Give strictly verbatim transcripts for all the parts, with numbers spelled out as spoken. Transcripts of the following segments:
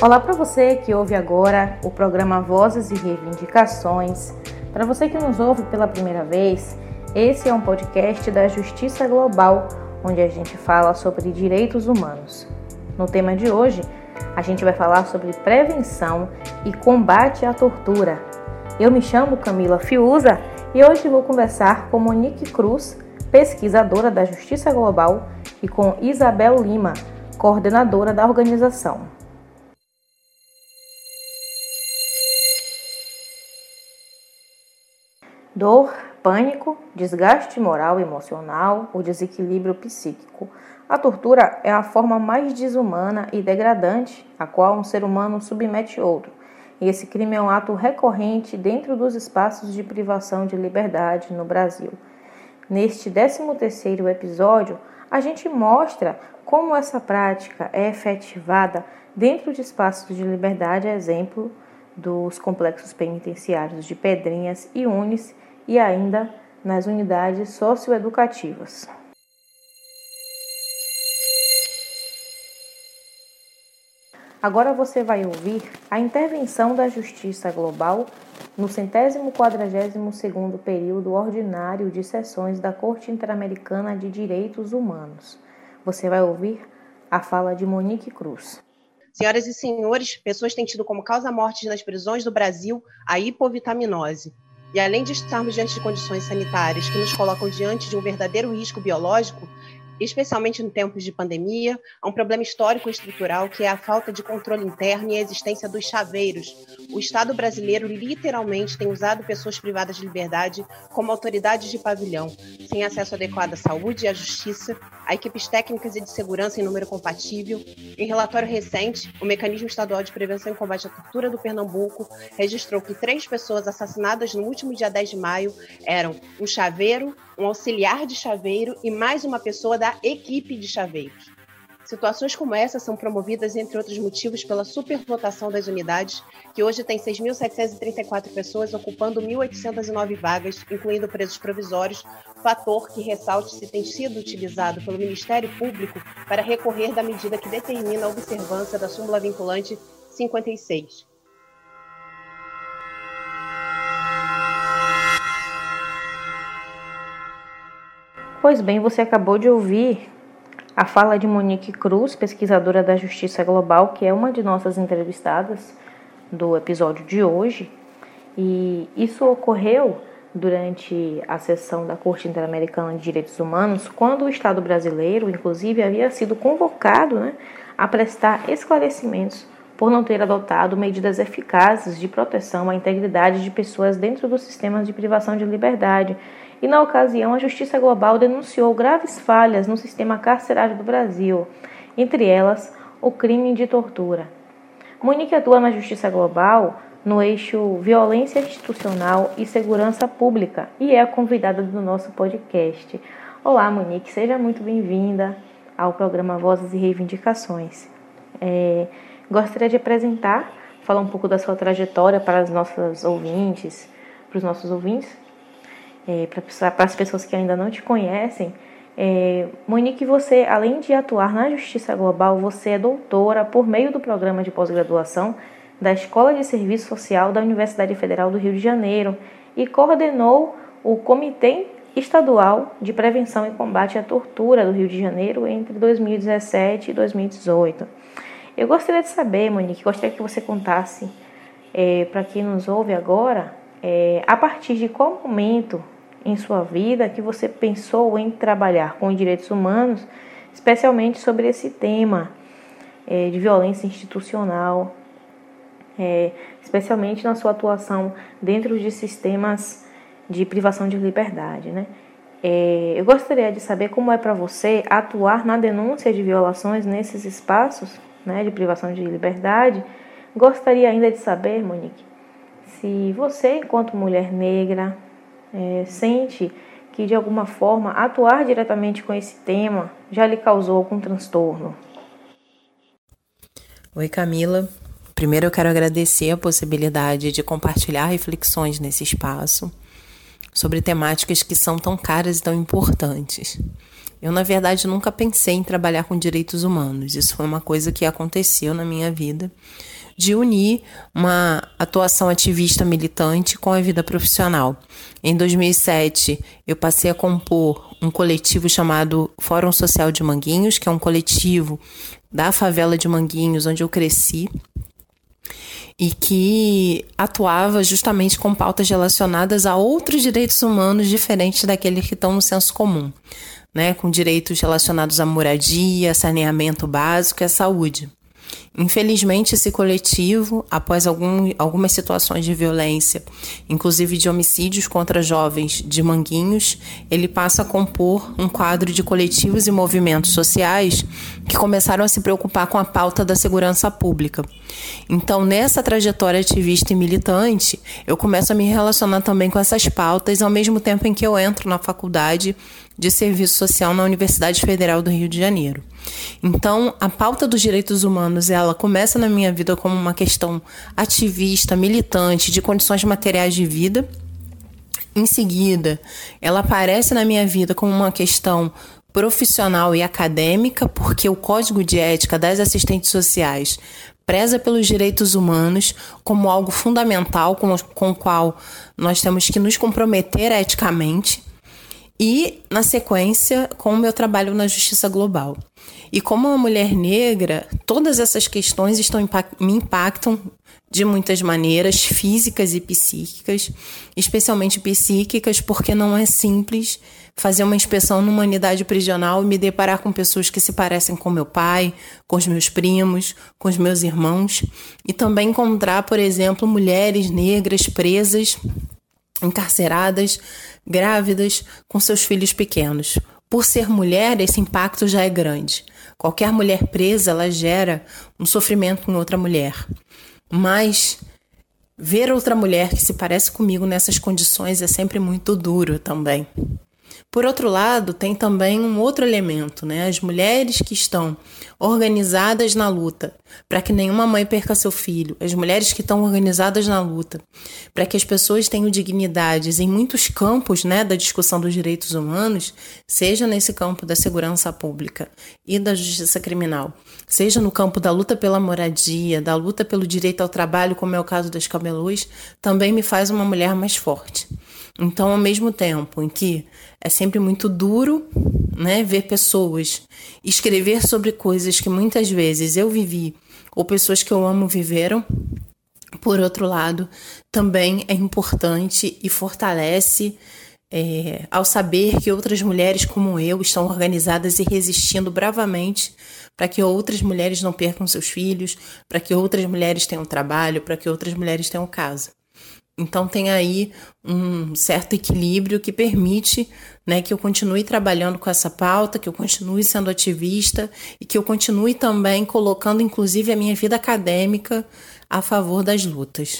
Olá para você que ouve agora o programa Vozes e Reivindicações. Para você que nos ouve pela primeira vez, esse é um podcast da Justiça Global, onde a gente fala sobre direitos humanos. No tema de hoje, a gente vai falar sobre prevenção e combate à tortura. Eu me chamo Camila Fiuza e hoje vou conversar com Monique Cruz, pesquisadora da Justiça Global, e com Isabel Lima, coordenadora da organização. Dor, pânico, desgaste moral e emocional, o desequilíbrio psíquico. A tortura é a forma mais desumana e degradante a qual um ser humano submete outro. E esse crime é um ato recorrente dentro dos espaços de privação de liberdade no Brasil. Neste décimo terceiro episódio, a gente mostra como essa prática é efetivada dentro de espaços de liberdade, exemplo dos complexos penitenciários de Pedrinhas e Unis, e ainda nas unidades socioeducativas. Agora você vai ouvir a intervenção da Justiça Global no centésimo quadragésimo segundo período ordinário de sessões da Corte Interamericana de Direitos Humanos. Você vai ouvir a fala de Monique Cruz. Senhoras e senhores, pessoas têm tido como causa-morte nas prisões do Brasil a hipovitaminose. E além de estarmos diante de condições sanitárias que nos colocam diante de um verdadeiro risco biológico, especialmente em tempos de pandemia, há um problema histórico e estrutural que é a falta de controle interno e a existência dos chaveiros. O Estado brasileiro literalmente tem usado pessoas privadas de liberdade como autoridades de pavilhão, sem acesso adequado à saúde e à justiça, a equipes técnicas e de segurança em número compatível. Em relatório recente, o Mecanismo Estadual de Prevenção e Combate à Tortura do Pernambuco registrou que três pessoas assassinadas no último dia dez de maio eram um chaveiro, um auxiliar de chaveiro e mais uma pessoa da equipe de chaveiros. Situações como essa são promovidas, entre outros motivos, pela superlotação das unidades, que hoje tem seis mil setecentas e trinta e quatro pessoas ocupando mil oitocentas e nove vagas, incluindo presos provisórios, fator que, ressalte-se, tem sido utilizado pelo Ministério Público para recorrer da medida que determina a observância da súmula vinculante cinquenta e seis. Pois bem, você acabou de ouvir a fala de Monique Cruz, pesquisadora da Justiça Global, que é uma de nossas entrevistadas do episódio de hoje. E isso ocorreu durante a sessão da Corte Interamericana de Direitos Humanos, quando o Estado brasileiro, inclusive, havia sido convocado, né, a prestar esclarecimentos por não ter adotado medidas eficazes de proteção à integridade de pessoas dentro dos sistemas de privação de liberdade. E, na ocasião, a Justiça Global denunciou graves falhas no sistema carcerário do Brasil, entre elas o crime de tortura. Monique atua na Justiça Global no eixo violência institucional e segurança pública e é a convidada do nosso podcast. Olá, Monique, seja muito bem-vinda ao programa Vozes e Reivindicações. É, gostaria de apresentar, falar um pouco da sua trajetória para as nossas ouvintes, para os nossos ouvintes, É, para as pessoas que ainda não te conhecem. é, Monique, você, além de atuar na Justiça Global, você é doutora por meio do programa de pós-graduação da Escola de Serviço Social da Universidade Federal do Rio de Janeiro e coordenou o Comitê Estadual de Prevenção e Combate à Tortura do Rio de Janeiro entre dois mil e dezessete e dois mil e dezoito. Eu gostaria de saber, Monique, gostaria que você contasse é, para quem nos ouve agora, é, a partir de qual momento em sua vida que você pensou em trabalhar com direitos humanos, especialmente sobre esse tema é, de violência institucional, é, especialmente na sua atuação dentro de sistemas de privação de liberdade, né? É, eu gostaria de saber como é para você atuar na denúncia de violações nesses espaços, né, de privação de liberdade. Gostaria ainda de saber, Monique, se você, enquanto mulher negra, É, sente que, de alguma forma, atuar diretamente com esse tema já lhe causou algum transtorno. Oi, Camila. Primeiro eu quero agradecer a possibilidade de compartilhar reflexões nesse espaço sobre temáticas que são tão caras e tão importantes. Eu, na verdade, nunca pensei em trabalhar com direitos humanos. Isso foi uma coisa que aconteceu na minha vida de unir uma atuação ativista militante com a vida profissional. Em dois mil e sete, eu passei a compor um coletivo chamado Fórum Social de Manguinhos, que é um coletivo da favela de Manguinhos, onde eu cresci, e que atuava justamente com pautas relacionadas a outros direitos humanos diferentes daqueles que estão no senso comum, né? Com direitos relacionados à moradia, saneamento básico e à saúde. Infelizmente, esse coletivo, após algum, algumas situações de violência, inclusive de homicídios contra jovens de Manguinhos, ele passa a compor um quadro de coletivos e movimentos sociais que começaram a se preocupar com a pauta da segurança pública. Então, nessa trajetória ativista e militante, eu começo a me relacionar também com essas pautas, ao mesmo tempo em que eu entro na faculdade de Serviço Social na Universidade Federal do Rio de Janeiro. Então, a pauta dos direitos humanos, ela começa na minha vida como uma questão ativista, militante, de condições materiais de vida. Em seguida, ela aparece na minha vida como uma questão profissional e acadêmica, porque o Código de Ética das Assistentes Sociais preza pelos direitos humanos como algo fundamental com, com o qual nós temos que nos comprometer eticamente. E, na sequência, com o meu trabalho na Justiça Global. E como uma mulher negra, todas essas questões estão, me impactam de muitas maneiras, físicas e psíquicas, especialmente psíquicas, porque não é simples fazer uma inspeção numa unidade prisional e me deparar com pessoas que se parecem com meu pai, com os meus primos, com os meus irmãos, e também encontrar, por exemplo, mulheres negras presas, encarceradas, grávidas, com seus filhos pequenos. Por ser mulher, esse impacto já é grande. Qualquer mulher presa, ela gera um sofrimento em outra mulher. Mas ver outra mulher que se parece comigo nessas condições é sempre muito duro também. Por outro lado, tem também um outro elemento, né? As mulheres que estão organizadas na luta para que nenhuma mãe perca seu filho, as mulheres que estão organizadas na luta para que as pessoas tenham dignidades em muitos campos, né, da discussão dos direitos humanos, seja nesse campo da segurança pública e da justiça criminal, seja no campo da luta pela moradia, da luta pelo direito ao trabalho, como é o caso das camelôs, também me faz uma mulher mais forte. Então, ao mesmo tempo em que é sempre muito duro, né, ver pessoas escrever sobre coisas que muitas vezes eu vivi ou pessoas que eu amo viveram, por outro lado, também é importante e fortalece é, ao saber que outras mulheres como eu estão organizadas e resistindo bravamente para que outras mulheres não percam seus filhos, para que outras mulheres tenham trabalho, para que outras mulheres tenham casa. Então tem aí um certo equilíbrio que permite, né, que eu continue trabalhando com essa pauta, que eu continue sendo ativista e que eu continue também colocando inclusive a minha vida acadêmica a favor das lutas.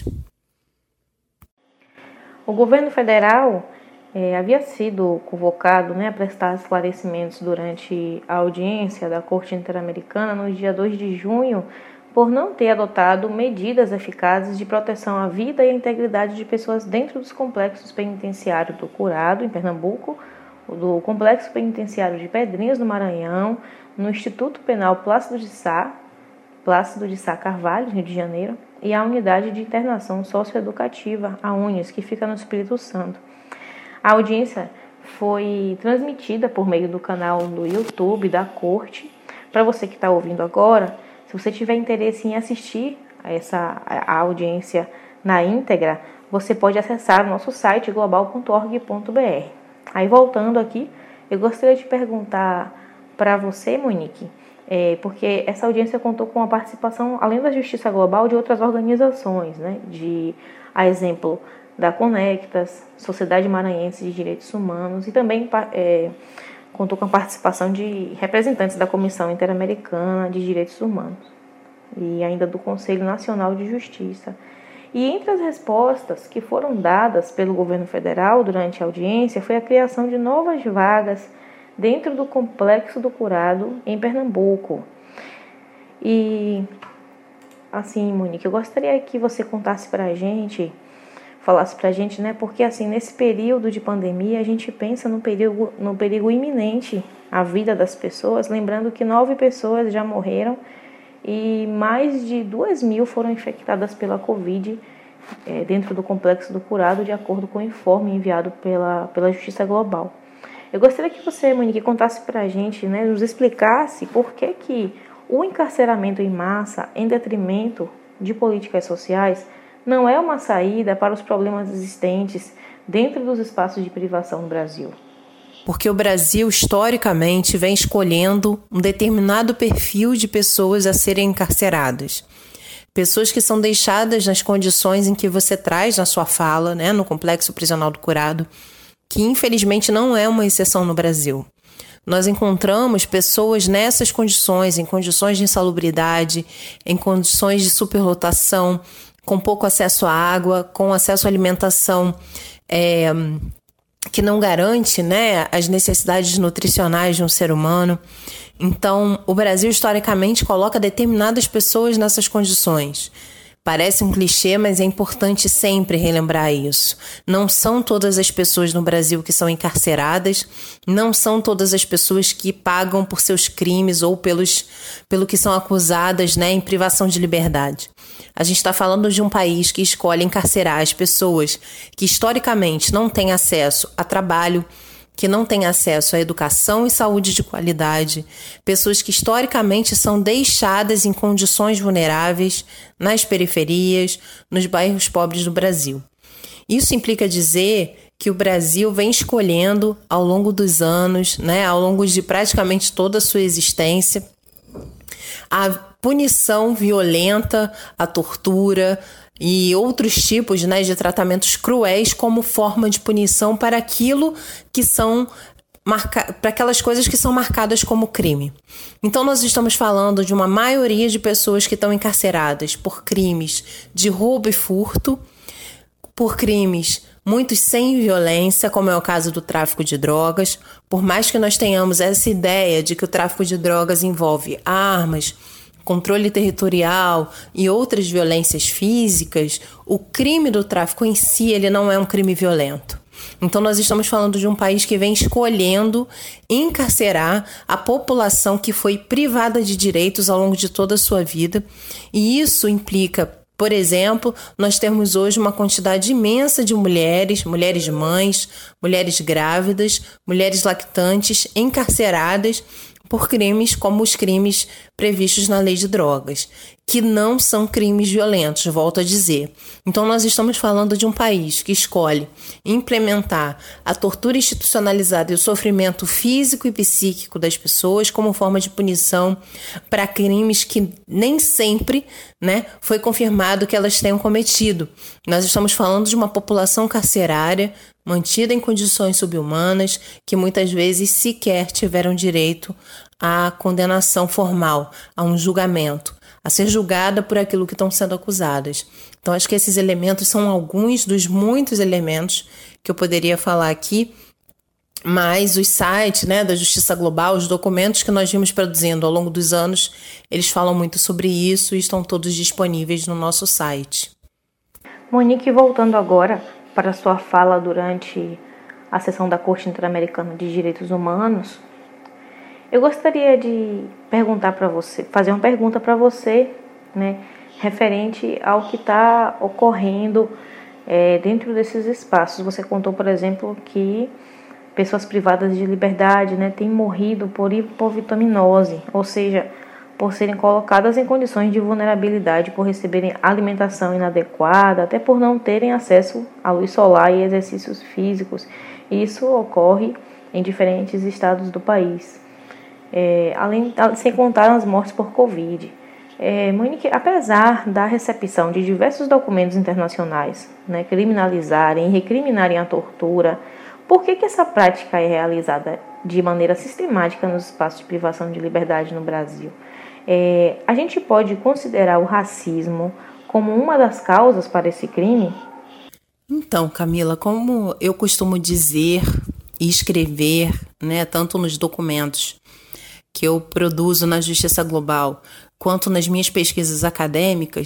O governo federal é, havia sido convocado, né, a prestar esclarecimentos durante a audiência da Corte Interamericana no dia dois de junho, por não ter adotado medidas eficazes de proteção à vida e à integridade de pessoas dentro dos complexos penitenciários do Curado, em Pernambuco, do Complexo Penitenciário de Pedrinhas, no Maranhão, no Instituto Penal Plácido de Sá, Plácido de Sá Carvalho, Rio de Janeiro, e a Unidade de Internação Socioeducativa, a UNES, que fica no Espírito Santo. A audiência foi transmitida por meio do canal do YouTube da Corte. Para você que está ouvindo agora, se você tiver interesse em assistir a essa a audiência na íntegra, você pode acessar o nosso site global ponto org ponto b r. Aí, voltando aqui, eu gostaria de perguntar para você, Monique, é, porque essa audiência contou com a participação, além da Justiça Global, de outras organizações, né, de, a exemplo da Conectas, Sociedade Maranhense de Direitos Humanos, e também é, contou com a participação de representantes da Comissão Interamericana de Direitos Humanos e ainda do Conselho Nacional de Justiça. E entre as respostas que foram dadas pelo governo federal durante a audiência foi a criação de novas vagas dentro do Complexo do Curado, em Pernambuco. E, assim, Monique, eu gostaria que você contasse para a gente, falasse para a gente, né? Porque, assim, nesse período de pandemia, a gente pensa no perigo, no perigo iminente à vida das pessoas, lembrando que nove pessoas já morreram e mais de duas mil foram infectadas pela Covid é, dentro do Complexo do Curado, de acordo com o informe enviado pela, pela Justiça Global. Eu gostaria que você, Monique, contasse para a gente, né, nos explicasse por que, que o encarceramento em massa, em detrimento de políticas sociais, não é uma saída para os problemas existentes dentro dos espaços de privação no Brasil. Porque o Brasil, historicamente, vem escolhendo um determinado perfil de pessoas a serem encarceradas. Pessoas que são deixadas nas condições em que você traz na sua fala, né, no Complexo Prisional do Curado, que infelizmente não é uma exceção no Brasil. Nós encontramos pessoas nessas condições, em condições de insalubridade, em condições de superlotação, com pouco acesso à água, com acesso à alimentação é, que não garante, né, as necessidades nutricionais de um ser humano. Então, o Brasil, historicamente, coloca determinadas pessoas nessas condições. Parece um clichê, mas é importante sempre relembrar isso. Não são todas as pessoas no Brasil que são encarceradas, não são todas as pessoas que pagam por seus crimes ou pelos, pelo que são acusadas, né, em privação de liberdade. A gente está falando de um país que escolhe encarcerar as pessoas que historicamente não têm acesso a trabalho, que não têm acesso à educação e saúde de qualidade, pessoas que historicamente são deixadas em condições vulneráveis nas periferias, nos bairros pobres do Brasil. Isso implica dizer que o Brasil vem escolhendo ao longo dos anos, né, ao longo de praticamente toda a sua existência, a punição violenta, a tortura e outros tipos, né, de tratamentos cruéis como forma de punição para aquilo que são marca... para aquelas coisas que são marcadas como crime. Então nós estamos falando de uma maioria de pessoas que estão encarceradas por crimes de roubo e furto, por crimes muitos sem violência, como é o caso do tráfico de drogas. Por mais que nós tenhamos essa ideia de que o tráfico de drogas envolve armas, controle territorial e outras violências físicas, o crime do tráfico em si, ele não é um crime violento. Então nós estamos falando de um país que vem escolhendo encarcerar a população que foi privada de direitos ao longo de toda a sua vida, e isso implica, por exemplo, nós temos hoje uma quantidade imensa de mulheres, mulheres mães, mulheres grávidas, mulheres lactantes encarceradas por crimes como os crimes previstos na lei de drogas, que não são crimes violentos, volto a dizer. Então nós estamos falando de um país que escolhe implementar a tortura institucionalizada e o sofrimento físico e psíquico das pessoas como forma de punição para crimes que nem sempre, né, foi confirmado que elas tenham cometido. Nós estamos falando de uma população carcerária mantida em condições subhumanas, que muitas vezes sequer tiveram direito à condenação formal, a um julgamento, a ser julgada por aquilo que estão sendo acusadas. Então, acho que esses elementos são alguns dos muitos elementos que eu poderia falar aqui, mas os sites, né, da Justiça Global, os documentos que nós vimos produzindo ao longo dos anos, eles falam muito sobre isso e estão todos disponíveis no nosso site. Monique, voltando agora para sua fala durante a sessão da Corte Interamericana de Direitos Humanos, eu gostaria de perguntar para você, fazer uma pergunta para você, né, referente ao que está ocorrendo é, dentro desses espaços. Você contou, por exemplo, que pessoas privadas de liberdade, né, têm morrido por hipovitaminose, ou seja, por serem colocadas em condições de vulnerabilidade, por receberem alimentação inadequada, até por não terem acesso à luz solar e exercícios físicos. Isso ocorre em diferentes estados do país. É, além, sem contar as mortes por Covid. É, Monique, apesar da recepção de diversos documentos internacionais, né, criminalizarem e recriminarem a tortura, por que, que essa prática é realizada de maneira sistemática nos espaços de privação de liberdade no Brasil? É, a gente pode considerar o racismo como uma das causas para esse crime? Então, Camila, como eu costumo dizer e escrever, né, tanto nos documentos que eu produzo na Justiça Global, quanto nas minhas pesquisas acadêmicas,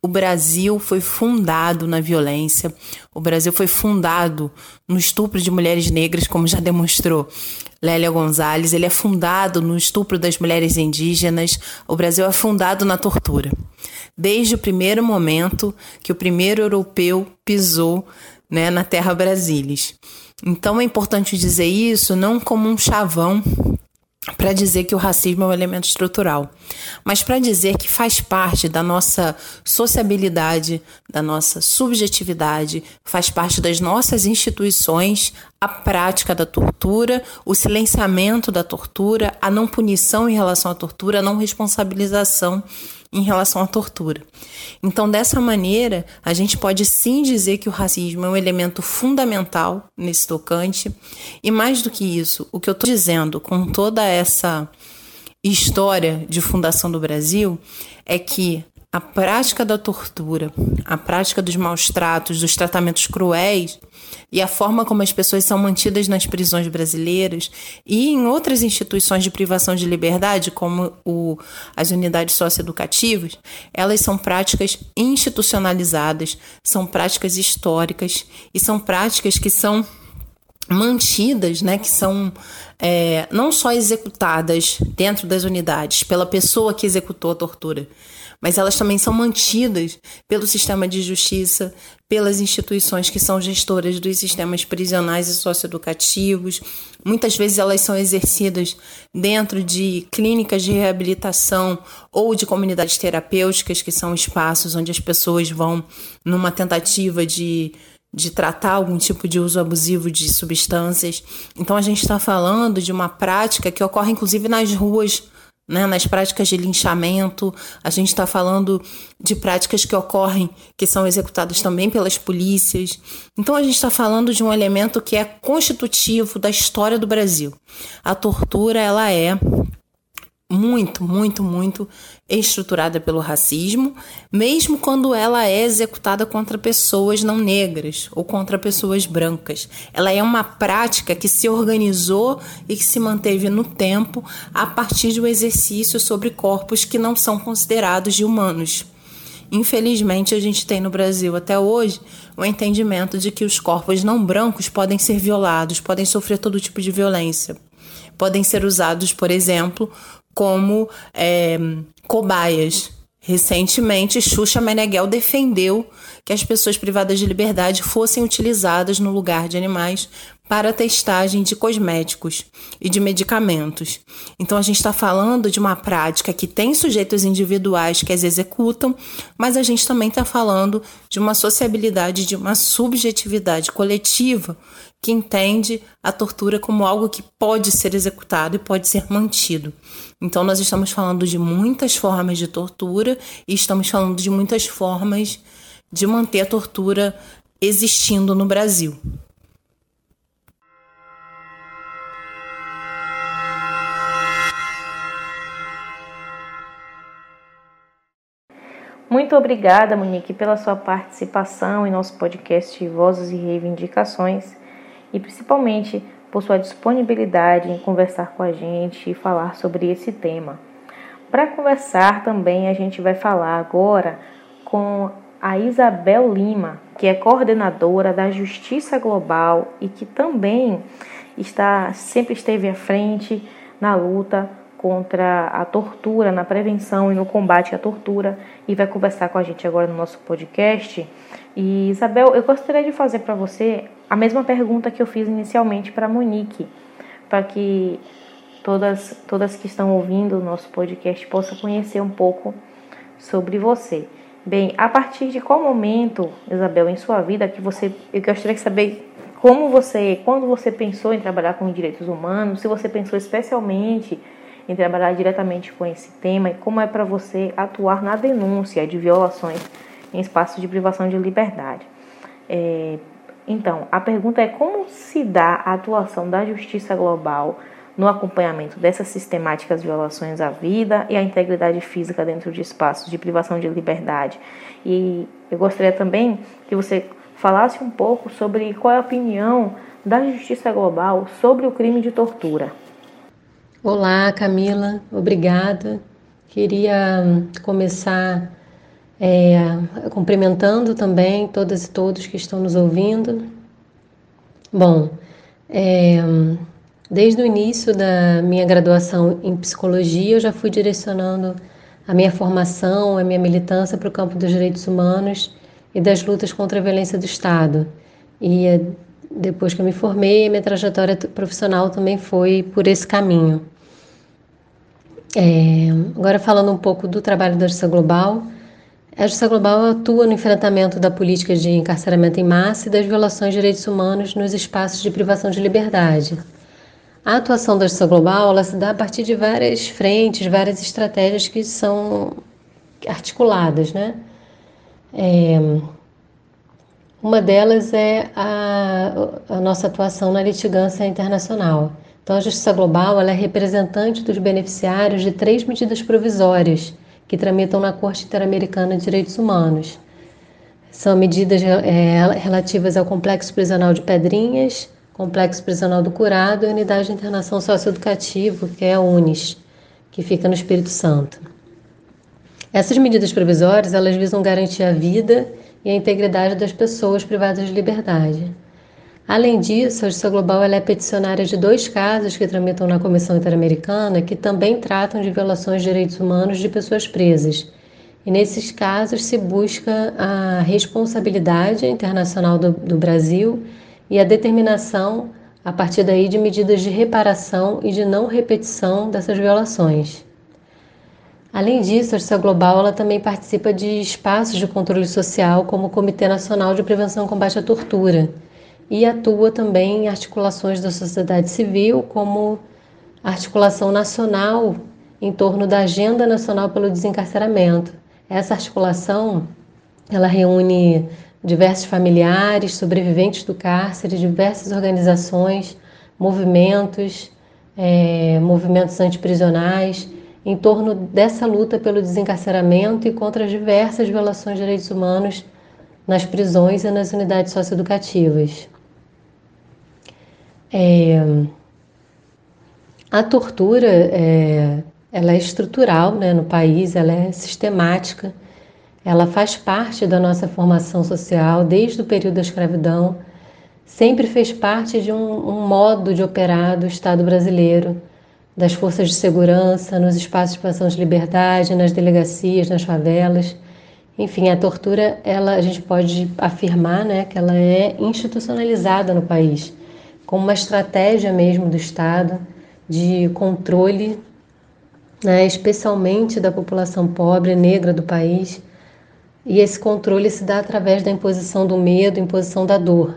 O Brasil foi fundado na violência, o Brasil foi fundado no estupro de mulheres negras, como já demonstrou Lélia Gonzalez. Ele é fundado no estupro das mulheres indígenas, o Brasil é fundado na tortura. Desde o primeiro momento que o primeiro europeu pisou, né, na terra brasilis. Então é importante dizer isso não como um chavão para dizer que o racismo é um elemento estrutural, mas para dizer que faz parte da nossa sociabilidade, da nossa subjetividade, faz parte das nossas instituições a prática da tortura, o silenciamento da tortura, a não punição em relação à tortura, a não responsabilização em relação à tortura. Então, dessa maneira, a gente pode sim dizer que o racismo é um elemento fundamental nesse tocante. E mais do que isso, o que eu estou dizendo com toda essa história de fundação do Brasil é que a prática da tortura, a prática dos maus tratos, dos tratamentos cruéis e a forma como as pessoas são mantidas nas prisões brasileiras e em outras instituições de privação de liberdade, como o, as unidades socioeducativas, elas são práticas institucionalizadas, são práticas históricas e são práticas que são mantidas, né, que são é, não só executadas dentro das unidades pela pessoa que executou a tortura, mas elas também são mantidas pelo sistema de justiça, pelas instituições que são gestoras dos sistemas prisionais e socioeducativos. Muitas vezes elas são exercidas dentro de clínicas de reabilitação ou de comunidades terapêuticas, que são espaços onde as pessoas vão numa tentativa de de tratar algum tipo de uso abusivo de substâncias. Então a gente está falando de uma prática que ocorre inclusive nas ruas, né, nas práticas de linchamento. A gente está falando de práticas que ocorrem, que são executadas também pelas polícias. Então a gente está falando de um elemento que é constitutivo da história do Brasil. A tortura, ela é muito, muito, muito estruturada pelo racismo, mesmo quando ela é executada contra pessoas não negras ou contra pessoas brancas. Ela é uma prática que se organizou e que se manteve no tempo a partir de um exercício sobre corpos que não são considerados de humanos. Infelizmente, a gente tem no Brasil até hoje o entendimento de que os corpos não brancos podem ser violados, podem sofrer todo tipo de violência. Podem ser usados, por exemplo, como é, cobaias. Recentemente, Xuxa Meneghel defendeu que as pessoas privadas de liberdade fossem utilizadas no lugar de animais para testagem de cosméticos e de medicamentos. Então, a gente está falando de uma prática que tem sujeitos individuais que as executam, mas a gente também está falando de uma sociabilidade, de uma subjetividade coletiva que entende a tortura como algo que pode ser executado e pode ser mantido. Então, nós estamos falando de muitas formas de tortura e estamos falando de muitas formas de manter a tortura existindo no Brasil. Muito obrigada, Monique, pela sua participação em nosso podcast Vozes e Reivindicações e principalmente por sua disponibilidade em conversar com a gente e falar sobre esse tema. Para conversar também, a gente vai falar agora com a Isabel Lima, que é coordenadora da Justiça Global e que também está, sempre esteve à frente na luta contra a tortura, na prevenção e no combate à tortura, e vai conversar com a gente agora no nosso podcast. E, Isabel, eu gostaria de fazer para você a mesma pergunta que eu fiz inicialmente para a Monique, para que todas, todas que estão ouvindo o nosso podcast possam conhecer um pouco sobre você. Bem, a partir de qual momento, Isabel, em sua vida, que você, eu gostaria de saber como você, quando você pensou em trabalhar com direitos humanos, se você pensou especialmente em trabalhar diretamente com esse tema e como é para você atuar na denúncia de violações em espaços de privação de liberdade. É, então, a pergunta é como se dá a atuação da Justiça Global no acompanhamento dessas sistemáticas violações à vida e à integridade física dentro de espaços de privação de liberdade. E eu gostaria também que você falasse um pouco sobre qual é a opinião da Justiça Global sobre o crime de tortura. Olá, Camila, obrigada. Queria começar É, cumprimentando também todas e todos que estão nos ouvindo. Bom, é, desde o início da minha graduação em psicologia, eu já fui direcionando a minha formação, a minha militância para o campo dos direitos humanos e das lutas contra a violência do Estado. E é, depois que eu me formei, a minha trajetória profissional também foi por esse caminho. É, agora falando um pouco do trabalho da Justiça Global, a Justiça Global atua no enfrentamento da política de encarceramento em massa e das violações de direitos humanos nos espaços de privação de liberdade. A atuação da Justiça Global ela se dá a partir de várias frentes, várias estratégias que são articuladas, né? É, uma delas é a, a nossa atuação na litigância internacional. Então, a Justiça Global ela é representante dos beneficiários de três medidas provisórias que tramitam na Corte Interamericana de Direitos Humanos. São medidas é, relativas ao Complexo Prisional de Pedrinhas, Complexo Prisional do Curado e Unidade de Internação Socioeducativo, que é a UNIS, que fica no Espírito Santo. Essas medidas provisórias elas visam garantir a vida e a integridade das pessoas privadas de liberdade. Além disso, a Justiça Global ela é peticionária de dois casos que tramitam na Comissão Interamericana que também tratam de violações de direitos humanos de pessoas presas. E nesses casos se busca a responsabilidade internacional do, do Brasil e a determinação, a partir daí, de medidas de reparação e de não repetição dessas violações. Além disso, a Justiça Global ela também participa de espaços de controle social, como o Comitê Nacional de Prevenção e Combate à Tortura, e atua também em articulações da sociedade civil, como a articulação nacional em torno da Agenda Nacional pelo Desencarceramento. Essa articulação ela reúne diversos familiares, sobreviventes do cárcere, diversas organizações, movimentos, é, movimentos antiprisionais, em torno dessa luta pelo desencarceramento e contra as diversas violações de direitos humanos nas prisões e nas unidades socioeducativas. É, a tortura é, ela é estrutural, né, no país, ela é sistemática, ela faz parte da nossa formação social desde o período da escravidão, sempre fez parte de um, um modo de operar do Estado brasileiro, das forças de segurança, nos espaços de privação de liberdade, nas delegacias, nas favelas. Enfim, a tortura, ela, a gente pode afirmar, né, que ela é institucionalizada no país, como uma estratégia mesmo do Estado de controle, né, especialmente da população pobre, negra do país, e esse controle se dá através da imposição do medo, imposição da dor.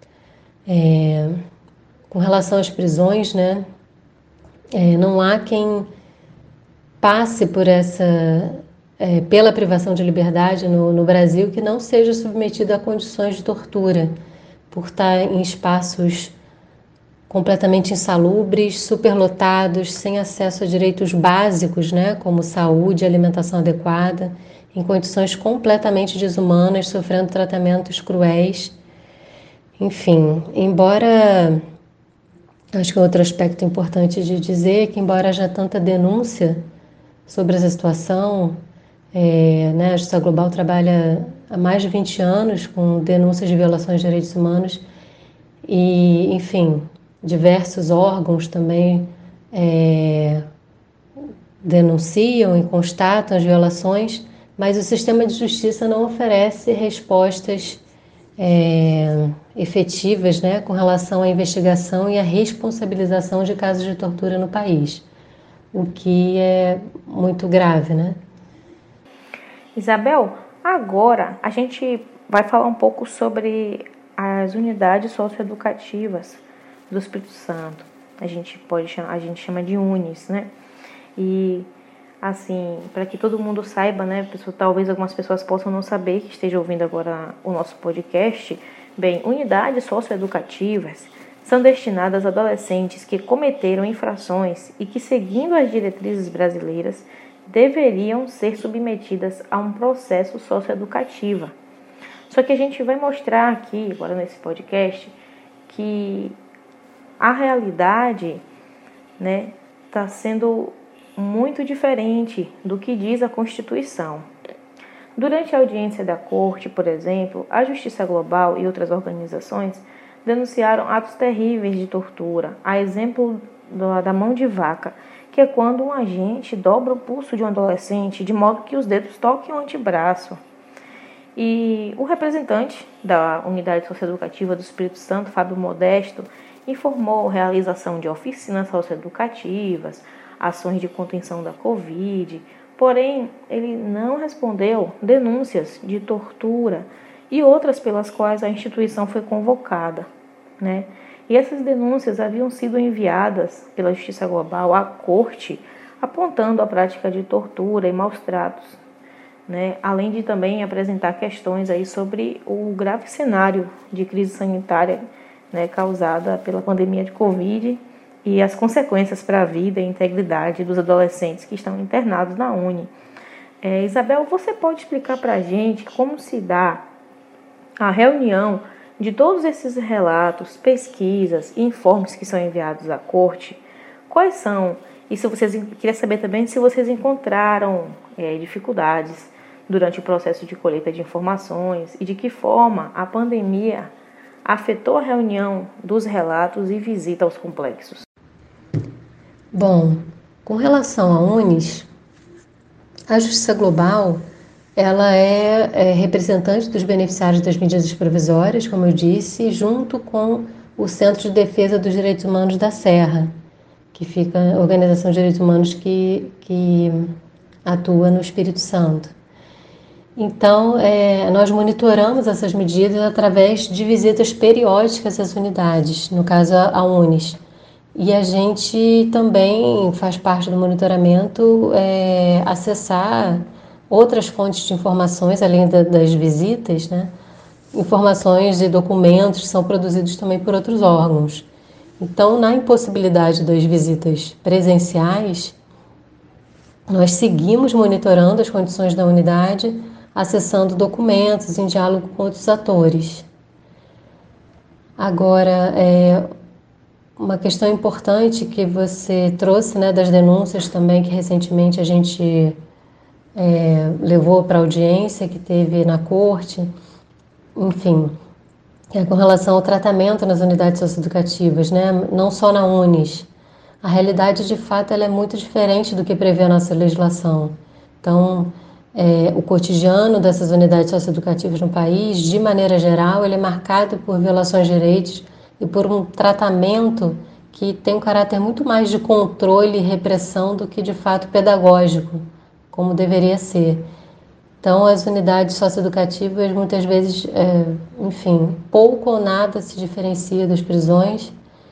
É, com relação às prisões, né, é, não há quem passe por essa, é, pela privação de liberdade no, no Brasil que não seja submetido a condições de tortura, por estar em espaços completamente insalubres, superlotados, sem acesso a direitos básicos, né, como saúde e alimentação adequada, em condições completamente desumanas, sofrendo tratamentos cruéis. Enfim, embora, acho que outro aspecto importante de dizer é que, embora haja tanta denúncia sobre essa situação, é, né, a Justiça Global trabalha há mais de vinte anos com denúncias de violações de direitos humanos e, enfim, diversos órgãos também é, denunciam e constatam as violações, mas o sistema de justiça não oferece respostas é, efetivas, né, com relação à investigação e à responsabilização de casos de tortura no país, o que é muito grave, né? Isabel, agora a gente vai falar um pouco sobre as unidades socioeducativas do Espírito Santo. A gente pode chamar, a gente chama de UNIS, né? E assim, para que todo mundo saiba, né, pessoa, talvez algumas pessoas possam não saber que esteja ouvindo agora o nosso podcast. Bem, unidades socioeducativas são destinadas a adolescentes que cometeram infrações e que, seguindo as diretrizes brasileiras, deveriam ser submetidas a um processo socioeducativo. Só que a gente vai mostrar aqui, agora nesse podcast, que a realidade, né, está sendo muito diferente do que diz a Constituição. Durante a audiência da Corte, por exemplo, a Justiça Global e outras organizações denunciaram atos terríveis de tortura, a exemplo da mão de vaca, que é quando um agente dobra o pulso de um adolescente de modo que os dedos toquem o antebraço. E o representante da Unidade Socioeducativa do Espírito Santo, Fábio Modesto, informou a realização de oficinas socioeducativas, ações de contenção da Covid, porém ele não respondeu denúncias de tortura e outras pelas quais a instituição foi convocada, né? E essas denúncias haviam sido enviadas pela Justiça Global à Corte, apontando a prática de tortura e maus tratos, né? Além de também apresentar questões aí sobre o grave cenário de crise sanitária, né, causada pela pandemia de Covid e as consequências para a vida e integridade dos adolescentes que estão internados na Uni. É, Isabel, você pode explicar para a gente como se dá a reunião de todos esses relatos, pesquisas e informes que são enviados à Corte? Quais são? E se vocês, queria saber também se vocês encontraram é, dificuldades durante o processo de colheita de informações e de que forma a pandemia afetou a reunião dos relatos e visita aos complexos. Bom, com relação à Unis, a Justiça Global ela é, é representante dos beneficiários das medidas provisórias, como eu disse, junto com o Centro de Defesa dos Direitos Humanos da Serra, que fica a Organização de Direitos Humanos que, que atua no Espírito Santo. Então, é, nós monitoramos essas medidas através de visitas periódicas às unidades, no caso a Unis. E a gente também faz parte do monitoramento é, acessar outras fontes de informações, além da, das visitas, né? Informações e documentos que são produzidos também por outros órgãos. Então, na impossibilidade das visitas presenciais, nós seguimos monitorando as condições da unidade, acessando documentos em diálogo com outros atores. Agora, é, uma questão importante que você trouxe, né, das denúncias também, que recentemente a gente é, levou para a audiência que teve na Corte, enfim, é com relação ao tratamento nas unidades socioeducativas, né, não só na Unis. A realidade, de fato, ela é muito diferente do que prevê a nossa legislação. Então, é, o cotidiano dessas unidades socioeducativas no país, de maneira geral, ele é marcado por violações de direitos e por um tratamento que tem um caráter muito mais de controle e repressão do que, de fato, pedagógico, como deveria ser. Então, as unidades socioeducativas, muitas vezes, é, enfim, pouco ou nada se diferencia das prisões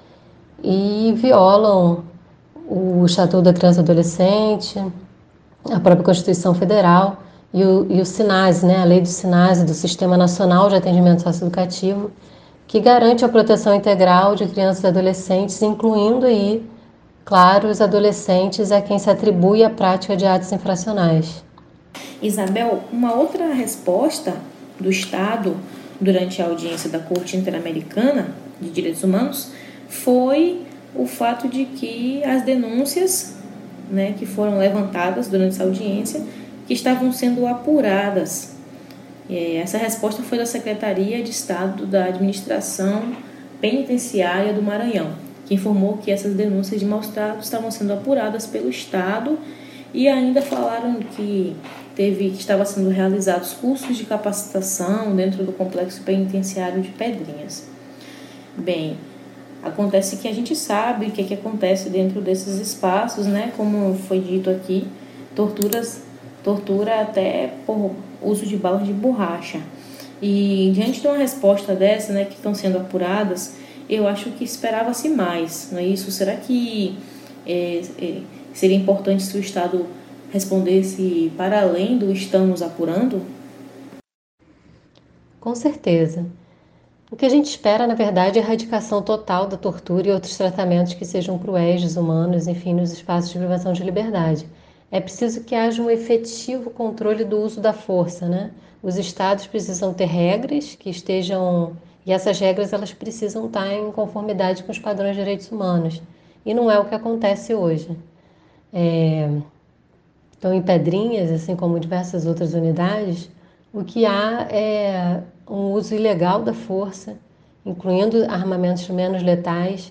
e violam o Estatuto da Criança e Adolescente, a própria Constituição Federal e o, e o SINASE, né, a lei do SINASE, do Sistema Nacional de Atendimento Socioeducativo, que garante a proteção integral de crianças e adolescentes, incluindo aí, claro, os adolescentes a quem se atribui a prática de atos infracionais. Isabel, uma outra resposta do Estado durante a audiência da Corte Interamericana de Direitos Humanos foi o fato de que as denúncias, né, que foram levantadas durante essa audiência, que estavam sendo apuradas. Essa resposta foi da Secretaria de Estado da Administração Penitenciária do Maranhão, que informou que essas denúncias de maus tratos estavam sendo apuradas pelo Estado e ainda falaram que teve que estavam sendo realizados cursos de capacitação dentro do complexo penitenciário de Pedrinhas. Bem, acontece que a gente sabe o que, é que acontece dentro desses espaços, né? Como foi dito aqui, torturas, tortura até por uso de balas de borracha. E diante de uma resposta dessa, né, que estão sendo apuradas, eu acho que esperava-se mais, não é isso? Será que é, é, seria importante se o Estado respondesse para além do estamos apurando? Com certeza. O que a gente espera, na verdade, é a erradicação total da tortura e outros tratamentos que sejam cruéis, desumanos, enfim, nos espaços de privação de liberdade. É preciso que haja um efetivo controle do uso da força, né? Os estados precisam ter regras que estejam... E essas regras, elas precisam estar em conformidade com os padrões de direitos humanos. E não é o que acontece hoje. É... Então, em Pedrinhas, assim como diversas outras unidades, o que há é um uso ilegal da força, incluindo armamentos menos letais,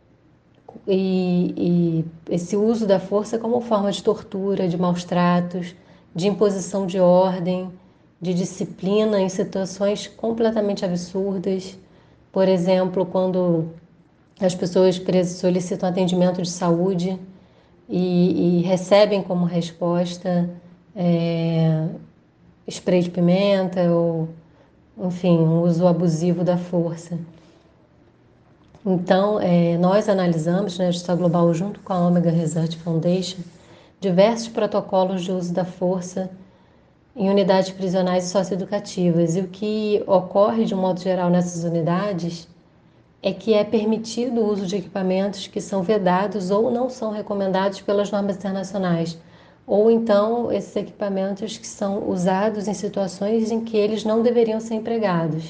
e, e esse uso da força como forma de tortura, de maus tratos, de imposição de ordem, de disciplina em situações completamente absurdas. Por exemplo, quando as pessoas presas solicitam atendimento de saúde e, e recebem como resposta é, spray de pimenta ou, enfim, um uso abusivo da força. Então, é, nós analisamos, né, a Justiça Global, junto com a Omega Research Foundation, diversos protocolos de uso da força em unidades prisionais e socioeducativas. E o que ocorre, de um modo geral, nessas unidades é que é permitido o uso de equipamentos que são vedados ou não são recomendados pelas normas internacionais, ou então esses equipamentos que são usados em situações em que eles não deveriam ser empregados.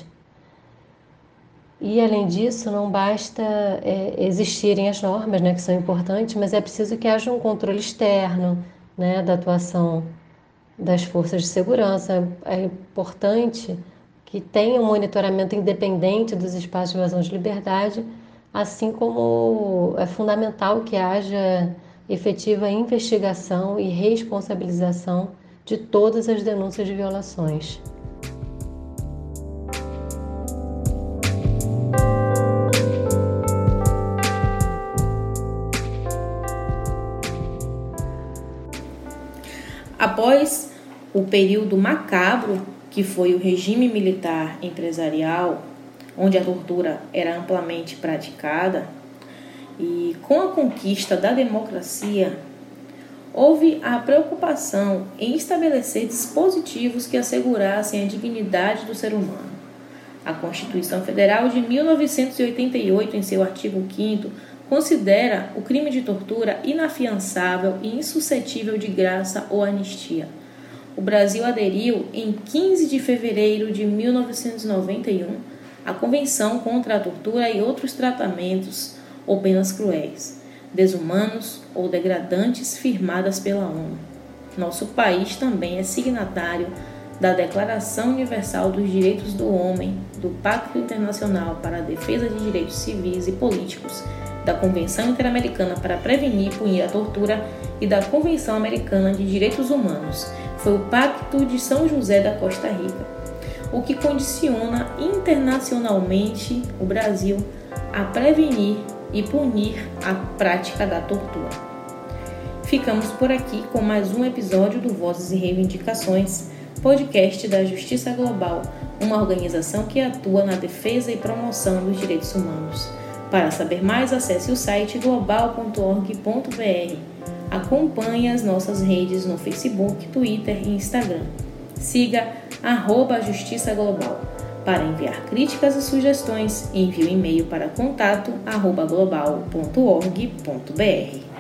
E, além disso, não basta é, existirem as normas, né, que são importantes, mas é preciso que haja um controle externo, né, da atuação das forças de segurança. É importante que tenha um monitoramento independente dos espaços de invasão de liberdade, assim como é fundamental que haja efetiva investigação e responsabilização de todas as denúncias de violações. Após o período macabro que foi o regime militar empresarial, onde a tortura era amplamente praticada, e com a conquista da democracia, houve a preocupação em estabelecer dispositivos que assegurassem a dignidade do ser humano. A Constituição Federal de mil novecentos e oitenta e oito, em seu artigo quinto, considera o crime de tortura inafiançável e insuscetível de graça ou anistia. O Brasil aderiu em quinze de fevereiro de mil novecentos e noventa e um à Convenção contra a Tortura e outros tratamentos ou penas cruéis, desumanos ou degradantes firmadas pela ONU. Nosso país também é signatário da Declaração Universal dos Direitos do Homem, do Pacto Internacional para a Defesa de Direitos Civis e Políticos, da Convenção Interamericana para Prevenir e Punir a Tortura e da Convenção Americana de Direitos Humanos. Foi o Pacto de São José da Costa Rica, o que condiciona internacionalmente o Brasil a prevenir e punir a prática da tortura. Ficamos por aqui com mais um episódio do Vozes e Reivindicações, podcast da Justiça Global, uma organização que atua na defesa e promoção dos direitos humanos. Para saber mais, acesse o site global ponto org ponto br. Acompanhe as nossas redes no Facebook, Twitter e Instagram. Siga arroba Justiça Global. Para enviar críticas e sugestões, envie um e-mail para contato arroba global ponto org ponto br.